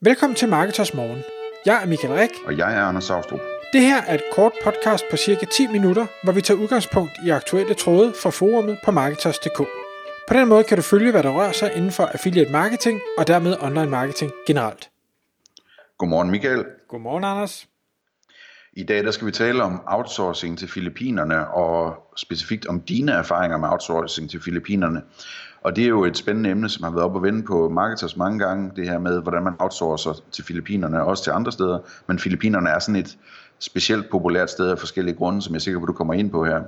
Velkommen til Marketers Morgen. Jeg er Michael Rik. Og jeg er Anders Saustrup. Det her er et kort podcast på cirka 10 minutter, hvor vi tager udgangspunkt i aktuelle tråde fra forumet på Marketers.dk. På den måde kan du følge, hvad der rører sig inden for affiliate marketing og dermed online marketing generelt. Godmorgen Michael. Godmorgen Anders. I dag der skal vi tale om outsourcing til Filippinerne, og specifikt om dine erfaringer med outsourcing til Filippinerne. Og det er jo et spændende emne, som har været op og vende på Marketers mange gange, det her med, hvordan man outsourcer til Filippinerne, og også til andre steder. Men Filippinerne er sådan et specielt populært sted af forskellige grunde, som jeg er sikker på, du kommer ind på her.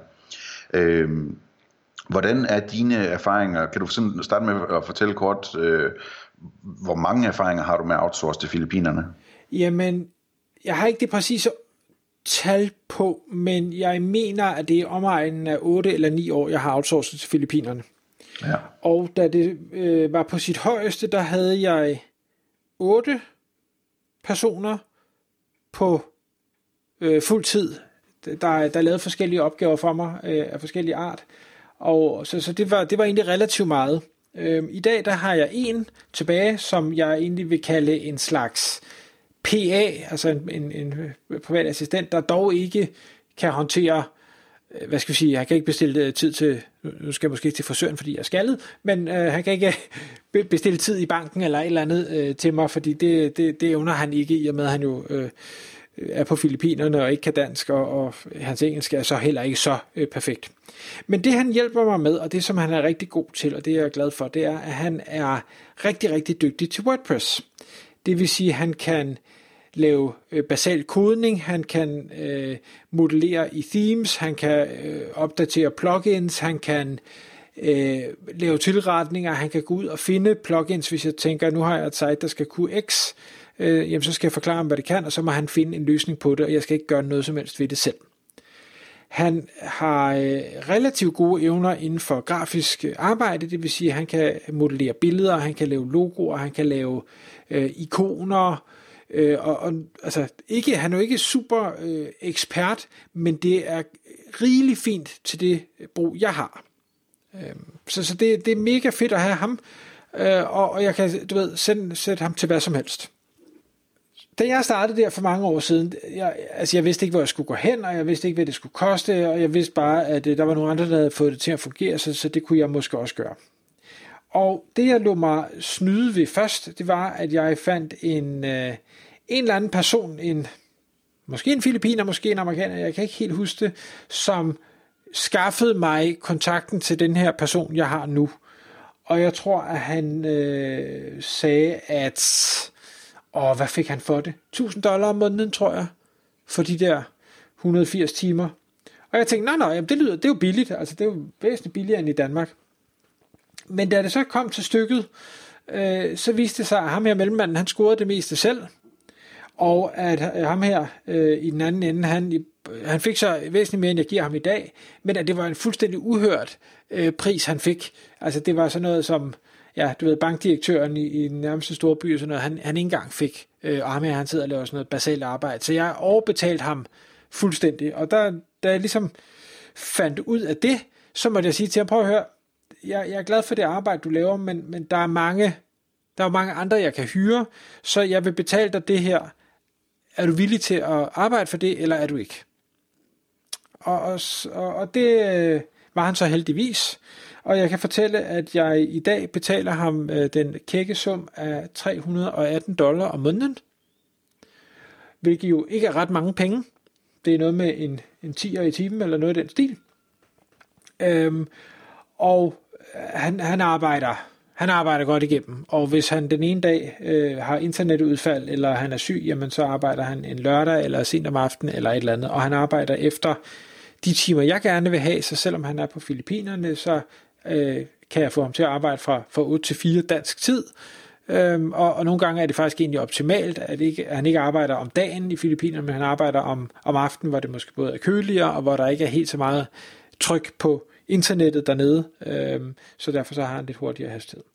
Hvordan er dine erfaringer? Kan du starte med at fortælle kort, hvor mange erfaringer har du med at outsource til Filippinerne? Jamen, jeg har ikke det præcise tal på, men jeg mener, at det er omegnen af 8 eller 9 år, jeg har outsourcet til Filippinerne. Ja. Og da det var på sit højeste, der havde jeg 8 personer på fuld tid, der lavede forskellige opgaver for mig af forskellige art. Og så det var egentlig relativt meget. I dag der har jeg en tilbage, som jeg egentlig vil kalde en slags PA, altså en privat assistent, der dog ikke kan håndtere, hvad skal vi sige, han kan ikke bestille tid til, nu skal jeg måske til frisøren, fordi jeg er skaldet, men han kan ikke bestille tid i banken eller et eller andet til mig, fordi det evner han ikke, i og med at han jo er på Filippinerne og ikke kan dansk, og hans engelsk er så heller ikke så perfekt. Men det han hjælper mig med, og det som han er rigtig god til, og det er jeg glad for, det er, at han er rigtig, rigtig dygtig til WordPress. Det vil sige, at han kan lave basal kodning, han kan modellere i themes, han kan opdatere plugins, han kan lave tilretninger, han kan gå ud og finde plugins, hvis jeg tænker, nu har jeg et site, der skal kunne X, jamen så skal jeg forklare ham, hvad det kan, og så må han finde en løsning på det, og jeg skal ikke gøre noget som helst ved det selv. Han har relativt gode evner inden for grafisk arbejde, det vil sige, at han kan modellere billeder, han kan lave logoer, han kan lave ikoner, altså ikke, han er jo ikke super ekspert, men det er rigeligt fint til det brug, jeg har. Så det er mega fedt at have ham, og jeg kan, sætte ham til hvad som helst. Da jeg startede der for mange år siden, jeg vidste ikke, hvor jeg skulle gå hen, og jeg vidste ikke, hvad det skulle koste, og jeg vidste bare, at der var nogle andre, der havde fået det til at fungere, så det kunne jeg måske også gøre. Og det, jeg lod mig snyde ved først, det var, at jeg fandt en eller anden person, måske en filippiner, måske en amerikaner, jeg kan ikke helt huske det, som skaffede mig kontakten til den her person, jeg har nu. Og jeg tror, at han sagde, at hvad fik han for det? $1,000 om måneden, tror jeg, for de der 180 timer. Og jeg tænkte, nej, det er jo billigt, altså det er jo væsentligt billigere end i Danmark. Men da det så kom til stykket, så viste det sig, at ham her mellemmanden, han scorede det meste selv, og at ham her i den anden ende, han fik så væsentligt mere, end jeg giver ham i dag, men at det var en fuldstændig uhørt pris, han fik. Altså det var sådan noget som, bankdirektøren i den nærmeste store by, og sådan noget, han ikke engang fik, og ham her, han sidder og laver sådan noget basalt arbejde. Så jeg overbetalt ham fuldstændig, og da jeg ligesom fandt ud af det, så måtte jeg sige til ham, prøv at høre, jeg er glad for det arbejde, du laver, men der er mange andre, jeg kan hyre, så jeg vil betale dig det her. Er du villig til at arbejde for det, eller er du ikke? Og det var han så heldigvis. Og jeg kan fortælle, at jeg i dag betaler ham den kække sum af $318 om måneden, hvilket jo ikke er ret mange penge. Det er noget med en 10'er i timen, eller noget i den stil. Og han arbejder godt igennem, og hvis han den ene dag har internetudfald, eller han er syg, jamen så arbejder han en lørdag, eller sent om aftenen, eller et eller andet, og han arbejder efter de timer, jeg gerne vil have, så selvom han er på Filippinerne, så kan jeg få ham til at arbejde fra 8 til 4 dansk tid, og nogle gange er det faktisk egentlig optimalt, at han ikke arbejder om dagen i Filippinerne, men han arbejder om aftenen, hvor det måske både er køligere, og hvor der ikke er helt så meget tryk på internettet dernede, så derfor så har han lidt hurtigere hastighed.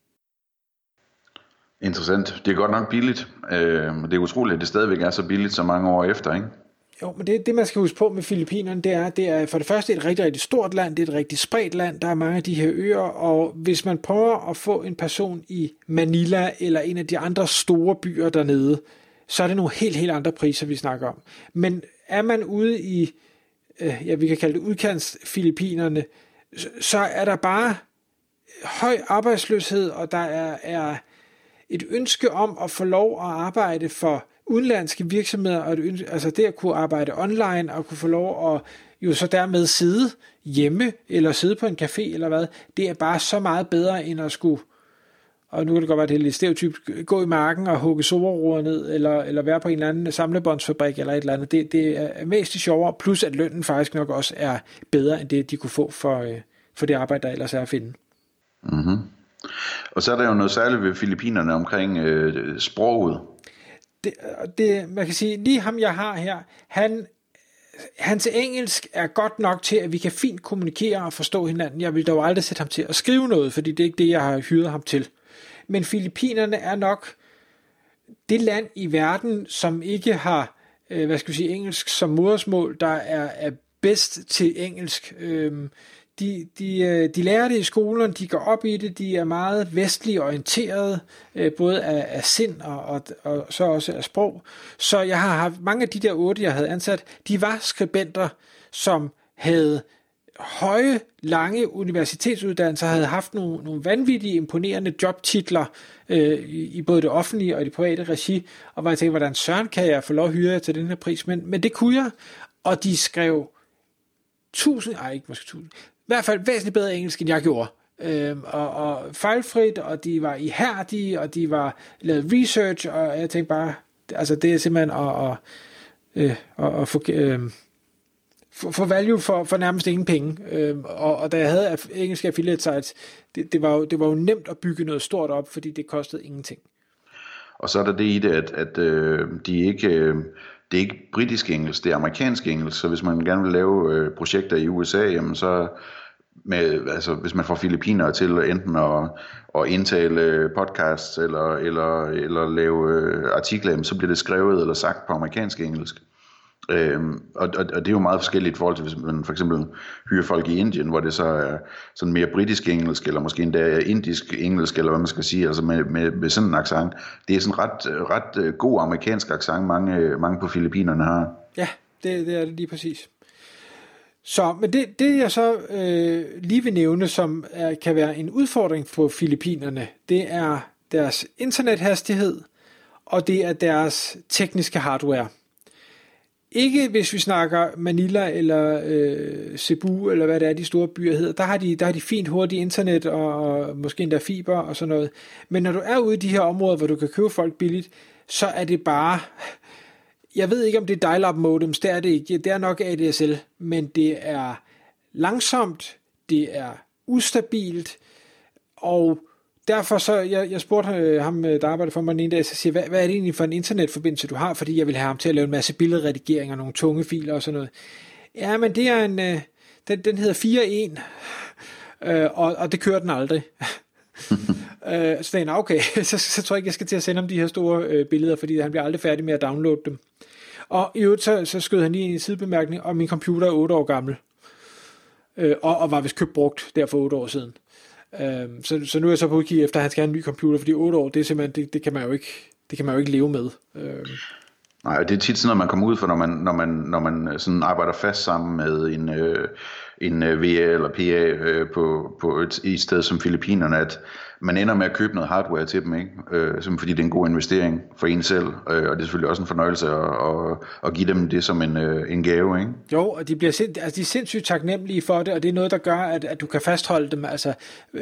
Interessant. Det er godt nok billigt, og det er utroligt, at det stadigvæk er så billigt så mange år efter, ikke? Jo, men det man skal huske på med Filippinerne, det er for det første et rigtig, rigtig stort land, det er et rigtig spredt land, der er mange af de her øer, og hvis man prøver at få en person i Manila eller en af de andre store byer dernede, så er det nogle helt, helt andre priser, vi snakker om. Men er man ude i, vi kan kalde det udkants Filippinerne, så er der bare høj arbejdsløshed, og der er et ønske om at få lov at arbejde for udenlandske virksomheder, og altså det at kunne arbejde online, og kunne få lov at jo så dermed sidde hjemme, eller sidde på en café, eller hvad, det er bare så meget bedre, end at skulle, og nu kan det godt være, det er lidt stereotypt, gå i marken og hugge soverroer ned, eller være på en eller anden samlebåndsfabrik, eller et eller andet. Det er mest sjovere, plus at lønnen faktisk nok også er bedre, end det, de kunne få for det arbejde, der ellers er at finde. Mm-hmm. Og så er der jo noget særligt ved Filippinerne omkring sproget. Man kan sige, lige ham jeg har her, hans engelsk er godt nok til, at vi kan fint kommunikere og forstå hinanden. Jeg vil dog aldrig sætte ham til at skrive noget, fordi det er ikke det, jeg har hyret ham til. Men Filippinerne er nok det land i verden, som ikke har, engelsk som modersmål, der er bedst til engelsk. De lærer det i skolen, de går op i det, de er meget vestligt orienteret, både af sind og så også af sprog. Så jeg har haft mange af de der 8, jeg havde ansat, de var skribenter, som havde høje, lange universitetsuddannelser, havde haft nogle vanvittige, imponerende jobtitler i både det offentlige og det private regi, og hvor jeg tænkte, hvordan søren kan jeg få lov at hyre til den her pris, men det kunne jeg, og de skrev i hvert fald væsentligt bedre engelsk, end jeg gjorde. Og fejlfrit, og de var ihærdige, og de var lavet research, og jeg tænkte bare, altså det er simpelthen at få value for nærmest ingen penge. Og da jeg havde engelske affiliate sites, det var jo nemt at bygge noget stort op, fordi det kostede ingenting. Og så er der det i det, at det er ikke britisk engelsk, det er amerikansk engelsk, så hvis man gerne vil lave projekter i USA, jamen så hvis man får filippinere til enten at indtale podcasts eller lave artikler, så bliver det skrevet eller sagt på amerikansk engelsk. Og det er jo meget forskelligt i forhold til, hvis man for eksempel hyrer folk i Indien, hvor det så er sådan mere britisk engelsk, eller måske endda indisk engelsk, eller hvad man skal sige, altså med sådan en accent. Det er sådan ret god amerikansk accent, mange på Filippinerne har. Ja, det er det lige præcis. Så, men det jeg så lige vil nævne, som kan være en udfordring på Filippinerne, det er deres internethastighed, og det er deres tekniske hardware. Ikke hvis vi snakker Manila eller Cebu, eller hvad det er, de store byer hedder. Der har de fint hurtigt internet, og måske endda fiber og sådan noget. Men når du er ude i de her områder, hvor du kan købe folk billigt, så er det bare... Jeg ved ikke, om det er dial-up modems, det er det ikke. Det er nok ADSL, men det er langsomt, det er ustabilt, og derfor så, jeg spurgte ham, der arbejder for mig den ene dag, så siger hvad er det egentlig for en internetforbindelse, du har, fordi jeg vil have ham til at lave en masse billedredigering og nogle tunge filer og sådan noget. Ja, men det er den hedder 4.1, og det kører den aldrig. Så tænkte jeg, okay, så tror jeg ikke, jeg skal til at sende ham de her store billeder, fordi han bliver aldrig færdig med at downloade dem. Og i øvrigt, så skød han lige ind i en sidebemærkning, og min computer er 8 år gammel, og var vist købt brugt der for 8 år siden. Så nu er jeg så på udkig efter, at han skal have en ny computer, fordi 8 år, det er simpelthen, det kan man jo ikke leve med. Nej, det er tit sådan noget, man kommer ud for, når man sådan arbejder fast sammen med en VA eller PA på et sted som Filippinerne, at man ender med at købe noget hardware til dem, ikke? Simpelthen fordi det er en god investering for en selv, og det er selvfølgelig også en fornøjelse at give dem det som en gave, ikke? Jo, og de er sindssygt taknemmelige for det, og det er noget, der gør, at du kan fastholde dem. Altså,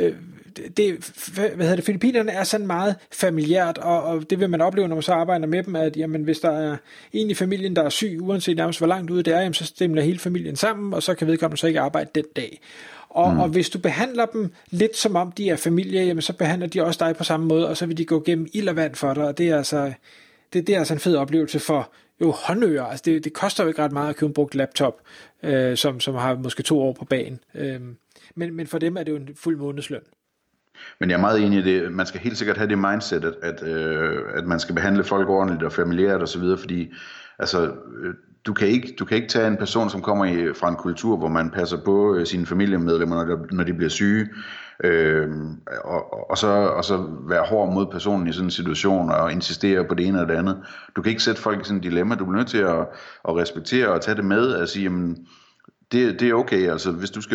Filippinerne er sådan meget familiært, og det vil man opleve, når man så arbejder med dem, at jamen, hvis der er en i familien, der er syg, uanset nærmest hvor langt ude det er, jamen, så stemmer hele familien sammen, og så kan vedkommende så ikke arbejde den dag. Og hvis du behandler dem lidt som om de er familie, jamen så behandler de også dig på samme måde, og så vil de gå gennem ild og vand for dig, og det er altså en fed oplevelse for håndører. Altså det koster jo ikke ret meget at købe en brugt laptop, som har måske 2 år på bagen. Men for dem er det jo en fuld månedsløn. Men jeg er meget enig i det. Man skal helt sikkert have det mindset, at man skal behandle folk ordentligt og familiært og så videre, fordi altså du kan ikke tage en person, som kommer fra en kultur, hvor man passer på sine familiemedlemmer, når de bliver syge, og så være hård mod personen i sådan en situation, og insistere på det ene eller det andet. Du kan ikke sætte folk i sådan et dilemma. Du bliver nødt til at respektere og tage det med, og sige, jamen, det er okay, altså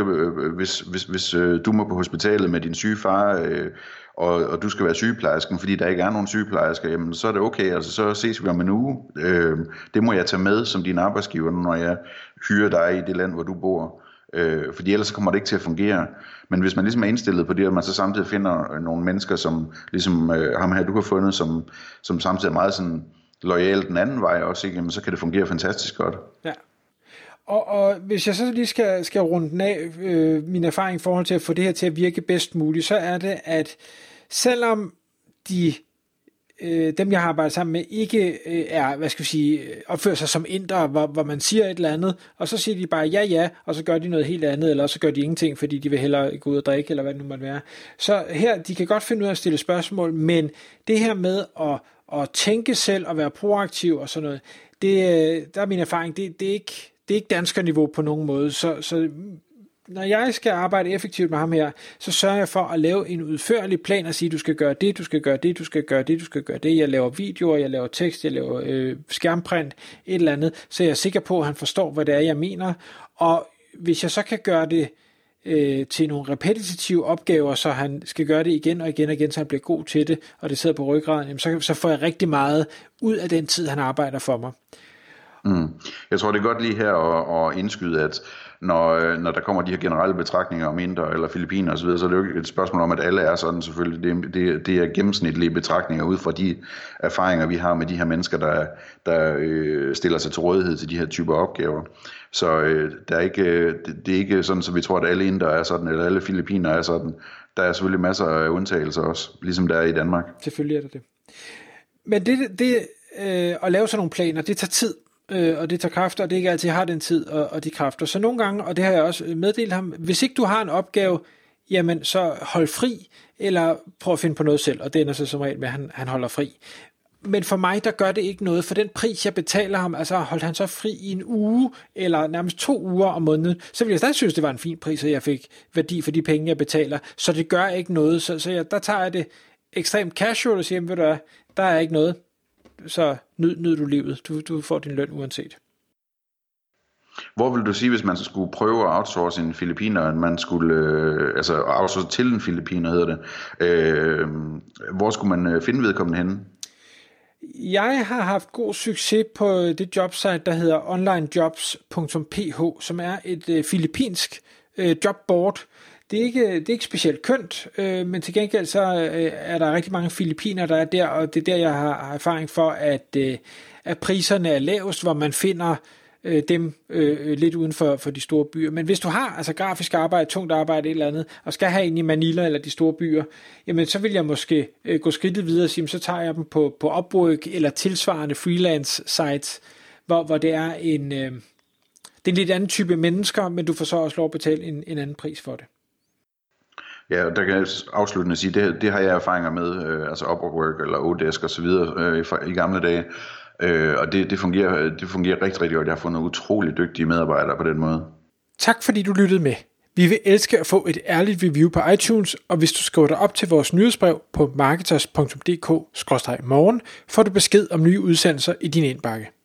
hvis du må på hospitalet med din syge far, og du skal være sygeplejersken, fordi der ikke er nogen sygeplejersker, jamen så er det okay, altså så ses vi om en uge. Det må jeg tage med som din arbejdsgiver, når jeg hyrer dig i det land, hvor du bor. Fordi ellers kommer det ikke til at fungere. Men hvis man ligesom er indstillet på det, og man så samtidig finder nogle mennesker, som ligesom ham her du har fundet, som samtidig er meget sådan loyal den anden vej også, ikke? Jamen, så kan det fungere fantastisk godt. Ja. Og hvis jeg så lige skal runde den af, min erfaring i forhold til at få det her til at virke bedst muligt, så er det, at selvom dem jeg har arbejdet sammen med, ikke er, opfører sig som indere, hvor man siger et eller andet, og så siger de bare ja, og så gør de noget helt andet, eller så gør de ingenting, fordi de vil hellere gå ud og drikke, eller hvad det nu måtte være. Så her, de kan godt finde ud af at stille spørgsmål, men det her med at tænke selv og være proaktiv og sådan noget, der er min erfaring, det er ikke danskerniveau på nogen måde, så når jeg skal arbejde effektivt med ham her, så sørger jeg for at lave en udførlig plan og sige, du skal gøre det, du skal gøre det, du skal gøre det, du skal gøre det. Jeg laver videoer, jeg laver tekst, jeg laver skærmprint, et eller andet, så jeg er sikker på, at han forstår, hvad det er, jeg mener. Og hvis jeg så kan gøre det til nogle repetitive opgaver, så han skal gøre det igen og igen og igen, så han bliver god til det, og det sidder på ryggraden, så får jeg rigtig meget ud af den tid, han arbejder for mig. Jeg tror, det er godt lige her at indskyde, at når der kommer de her generelle betragtninger om indere eller filipiner osv., så er det jo ikke et spørgsmål om, at alle er sådan selvfølgelig. Det er gennemsnitlige betragtninger ud fra de erfaringer, vi har med de her mennesker, der stiller sig til rådighed til de her typer opgaver. Så det er ikke sådan, så vi tror, at alle indere er sådan, eller alle filipiner er sådan. Der er selvfølgelig masser af undtagelser også, ligesom der er i Danmark. Selvfølgelig er der det. Men det at lave sådan nogle planer, det tager tid. Og det tager kræfter, og det er ikke altid, jeg har den tid og de kræfter. Så nogle gange, og det har jeg også meddelt ham, hvis ikke du har en opgave, jamen så hold fri, eller prøv at finde på noget selv, og det ender så som regel med, at han holder fri. Men for mig, der gør det ikke noget, for den pris, jeg betaler ham, altså holdt han så fri i en uge, eller nærmest 2 uger om måneden, så ville jeg stadig synes, det var en fin pris, at jeg fik værdi for de penge, jeg betaler. Så det gør ikke noget, så der tager jeg det ekstremt casual og siger, ved du hvad, der er ikke noget. Så nyd du livet. Du får din løn uanset. Hvor vil du sige, hvis man skulle prøve at outsource en filipiner, at man skulle, outsource til en filipiner hedder det, hvor skulle man finde vedkommende henne? Jeg har haft god succes på det jobsite, der hedder onlinejobs.ph, som er et filippinsk jobboard. Det er ikke specielt kønt, men til gengæld så er der rigtig mange filippiner, der er der, og det er der, jeg har erfaring for, at priserne er lavest, hvor man finder dem lidt uden for de store byer. Men hvis du har altså grafisk arbejde, tungt arbejde, et eller andet, og skal have en i Manila eller de store byer, jamen så vil jeg måske gå skridtet videre og sige, så tager jeg dem på Upwork eller tilsvarende freelance sites, hvor det er det er en lidt anden type mennesker, men du får så også lov at betale en anden pris for det. Ja, der kan jeg afsluttende sige, det har jeg erfaringer med, altså Upwork eller Odesk og så videre i gamle dage, og det fungerer rigtig, rigtig godt. Jeg har fundet utrolig dygtige medarbejdere på den måde. Tak fordi du lyttede med. Vi vil elske at få et ærligt review på iTunes, og hvis du skriver dig op til vores nyhedsbrev på marketers.dk/morgen, får du besked om nye udsendelser i din indbakke.